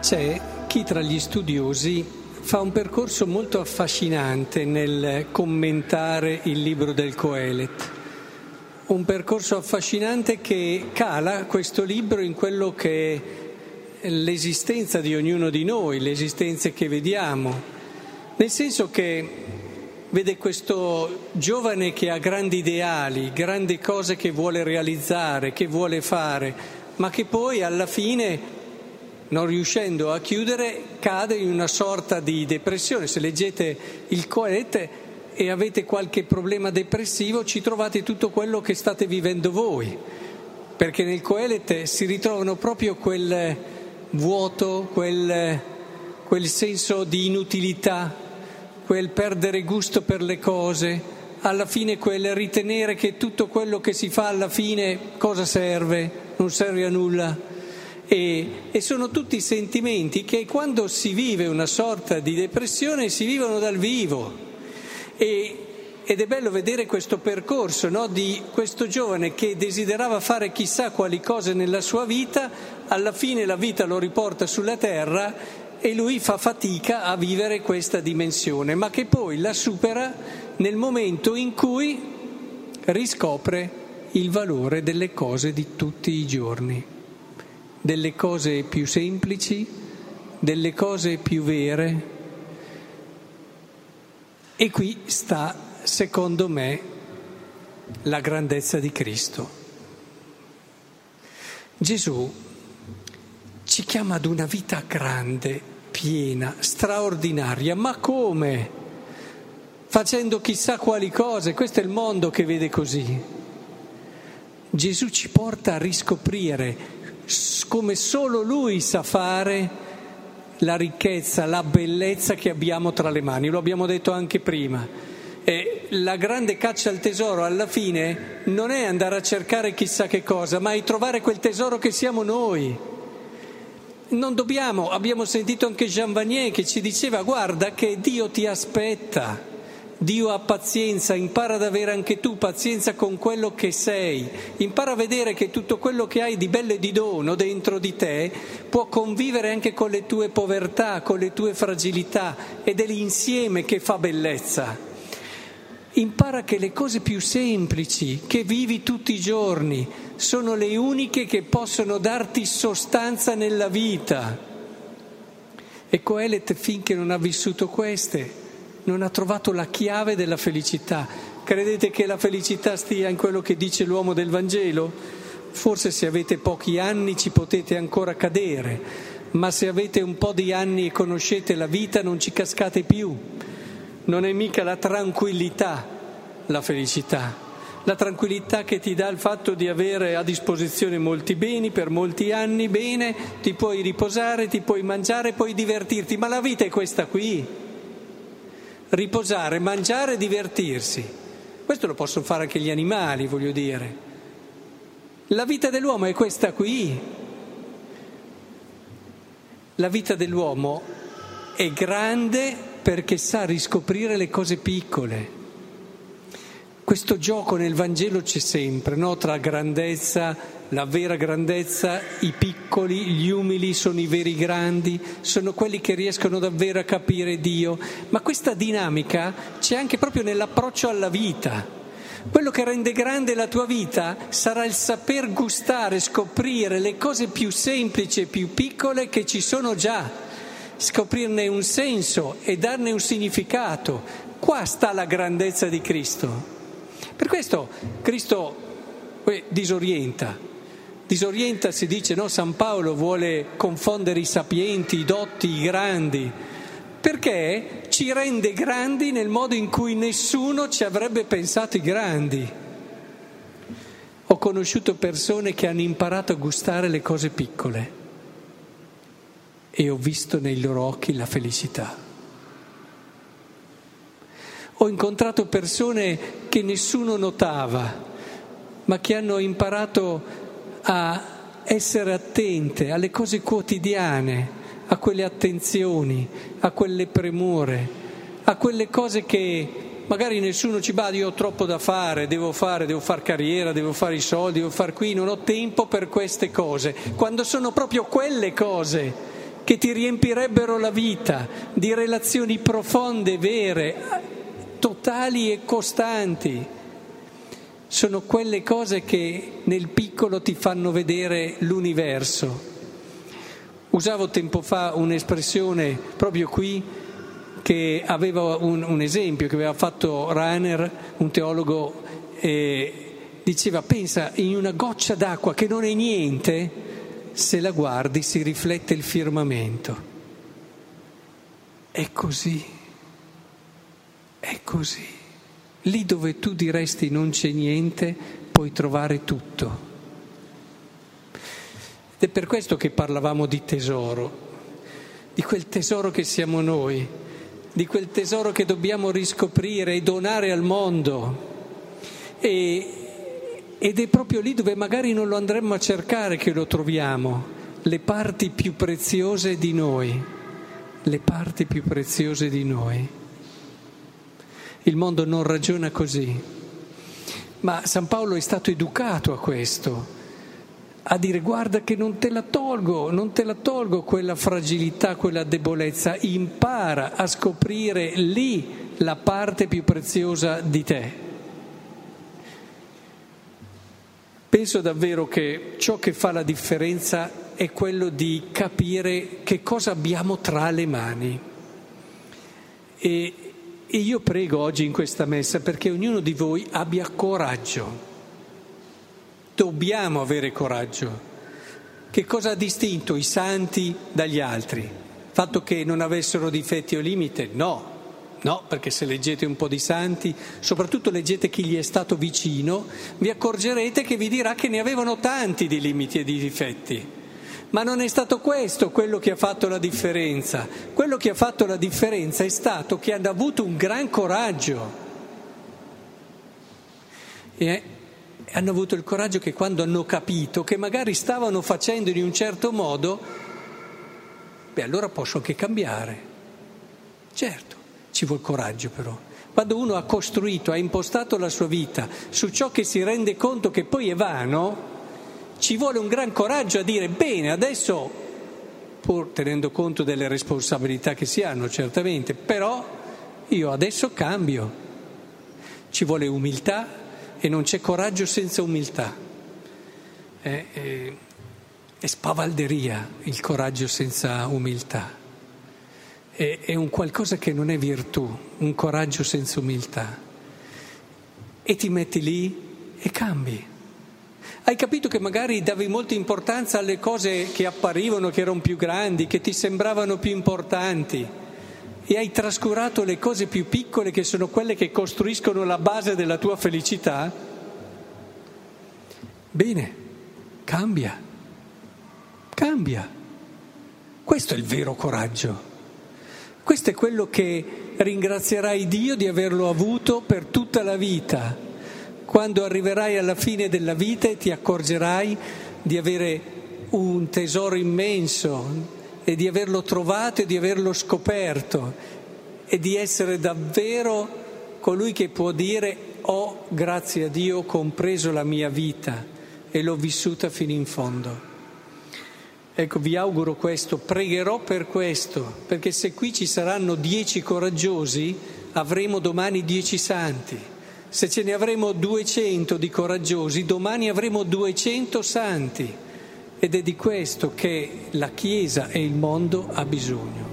C'è chi tra gli studiosi fa un percorso molto affascinante nel commentare il libro del Coelet, un percorso affascinante che cala questo libro in quello che è l'esistenza di ognuno di noi, l'esistenza che vediamo, nel senso che vede questo giovane che ha grandi ideali, grandi cose che vuole realizzare, che vuole fare, ma che poi alla fine, non riuscendo a chiudere, cade in una sorta di depressione. Se leggete il Coelet e avete qualche problema depressivo, ci trovate tutto quello che state vivendo voi, perché nel Coelet si ritrovano proprio quel vuoto, quel senso di inutilità, quel perdere gusto per le cose, alla fine quel ritenere che tutto quello che si fa alla fine cosa serve? Non serve a nulla. E sono tutti sentimenti che quando si vive una sorta di depressione si vivono dal vivo, ed è bello vedere questo percorso, no? Di questo giovane che desiderava fare chissà quali cose nella sua vita, alla fine la vita lo riporta sulla terra e lui fa fatica a vivere questa dimensione, ma che poi la supera nel momento in cui riscopre il valore delle cose di tutti i giorni, delle cose più semplici, delle cose più vere. E qui sta, secondo me, la grandezza di Cristo. Gesù ci chiama ad una vita grande, piena, straordinaria, ma come? Facendo chissà quali cose, questo è il mondo che vede così. Gesù ci porta a riscoprire, come solo Lui sa fare, la ricchezza, la bellezza che abbiamo tra le mani. Lo abbiamo detto anche prima. La grande caccia al tesoro alla fine non è andare a cercare chissà che cosa, ma è trovare quel tesoro che siamo noi. Non dobbiamo, abbiamo sentito anche Jean Vanier che ci diceva: guarda che Dio ti aspetta. Dio ha pazienza, impara ad avere anche tu pazienza con quello che sei, impara a vedere che tutto quello che hai di bello e di dono dentro di te può convivere anche con le tue povertà, con le tue fragilità, ed è l'insieme che fa bellezza. Impara che le cose più semplici che vivi tutti i giorni sono le uniche che possono darti sostanza nella vita. E Coelet, finché non ha vissuto queste, non ha trovato la chiave della felicità. Credete che la felicità stia in quello che dice l'uomo del Vangelo? Forse se avete pochi anni ci potete ancora cadere, ma se avete un po' di anni e conoscete la vita non ci cascate più. Non è mica la tranquillità la felicità. La tranquillità che ti dà il fatto di avere a disposizione molti beni per molti anni, bene, ti puoi riposare, ti puoi mangiare, puoi divertirti, ma la vita è questa qui. Riposare, mangiare, divertirsi. Questo lo possono fare anche gli animali, voglio dire. La vita dell'uomo è questa qui. La vita dell'uomo è grande perché sa riscoprire le cose piccole. Questo gioco nel Vangelo c'è sempre, no? Tra grandezza, la vera grandezza, i piccoli, gli umili sono i veri grandi, sono quelli che riescono davvero a capire Dio. Ma questa dinamica c'è anche proprio nell'approccio alla vita. Quello che rende grande la tua vita sarà il saper gustare, scoprire le cose più semplici e più piccole che ci sono già, scoprirne un senso e darne un significato. Qua sta la grandezza di Cristo. Per questo Cristo disorienta, si dice, no? San Paolo vuole confondere i sapienti, i dotti, i grandi, perché ci rende grandi nel modo in cui nessuno ci avrebbe pensato i grandi. Ho conosciuto persone che hanno imparato a gustare le cose piccole e ho visto nei loro occhi la felicità. Ho incontrato persone che nessuno notava, ma che hanno imparato a essere attente alle cose quotidiane, a quelle attenzioni, a quelle premure, a quelle cose che magari nessuno ci va, io ho troppo da fare, devo fare carriera, devo fare i soldi, devo fare qui, non ho tempo per queste cose, quando sono proprio quelle cose che ti riempirebbero la vita di relazioni profonde, vere, totali e costanti. Sono quelle cose che nel piccolo ti fanno vedere l'universo. Usavo tempo fa un'espressione proprio qui che aveva un esempio che aveva fatto Rahner, un teologo, diceva: pensa, in una goccia d'acqua che non è niente, se la guardi si riflette il firmamento. È così, è così. Lì dove tu diresti non c'è niente, puoi trovare tutto. Ed è per questo che parlavamo di tesoro, di quel tesoro che siamo noi, di quel tesoro che dobbiamo riscoprire e donare al mondo. Ed è proprio lì dove magari non lo andremmo a cercare che lo troviamo, le parti più preziose di noi, le parti più preziose di noi. Il mondo non ragiona così, ma San Paolo è stato educato a questo, a dire: guarda che non te la tolgo quella fragilità, quella debolezza, impara a scoprire lì la parte più preziosa di te. Penso davvero che ciò che fa la differenza è quello di capire che cosa abbiamo tra le mani. E io prego oggi in questa messa perché ognuno di voi abbia coraggio. Dobbiamo avere coraggio. Che cosa ha distinto i santi dagli altri? Il fatto che non avessero difetti o limite? No, perché se leggete un po' di santi, soprattutto leggete chi gli è stato vicino, vi accorgerete che vi dirà che ne avevano tanti di limiti e di difetti. Ma non è stato questo quello che ha fatto la differenza. Quello che ha fatto la differenza è stato che hanno avuto un gran coraggio. E hanno avuto il coraggio che quando hanno capito che magari stavano facendo in un certo modo, allora posso anche cambiare. Certo, ci vuole coraggio però. Quando uno ha costruito, ha impostato la sua vita su ciò che si rende conto che poi è vano, ci vuole un gran coraggio a dire: bene, adesso, pur tenendo conto delle responsabilità che si hanno certamente, però io adesso cambio. Ci vuole umiltà e non c'è coraggio senza umiltà. È spavalderia il coraggio senza umiltà. È un qualcosa che non è virtù, un coraggio senza umiltà. E ti metti lì e cambi. Hai capito che magari davi molta importanza alle cose che apparivano, che erano più grandi, che ti sembravano più importanti, e hai trascurato le cose più piccole che sono quelle che costruiscono la base della tua felicità? Bene, cambia. Questo è il vero coraggio. Questo è quello che ringrazierai Dio di averlo avuto per tutta la vita. Quando arriverai alla fine della vita e ti accorgerai di avere un tesoro immenso e di averlo trovato e di averlo scoperto e di essere davvero colui che può dire: ho, grazie a Dio, compreso la mia vita e l'ho vissuta fino in fondo. Ecco, vi auguro questo, pregherò per questo, perché se qui ci saranno 10 coraggiosi, avremo domani 10 santi. Se ce ne avremo 200 di coraggiosi, domani avremo 200 santi. Ed è di questo che la Chiesa e il mondo ha bisogno.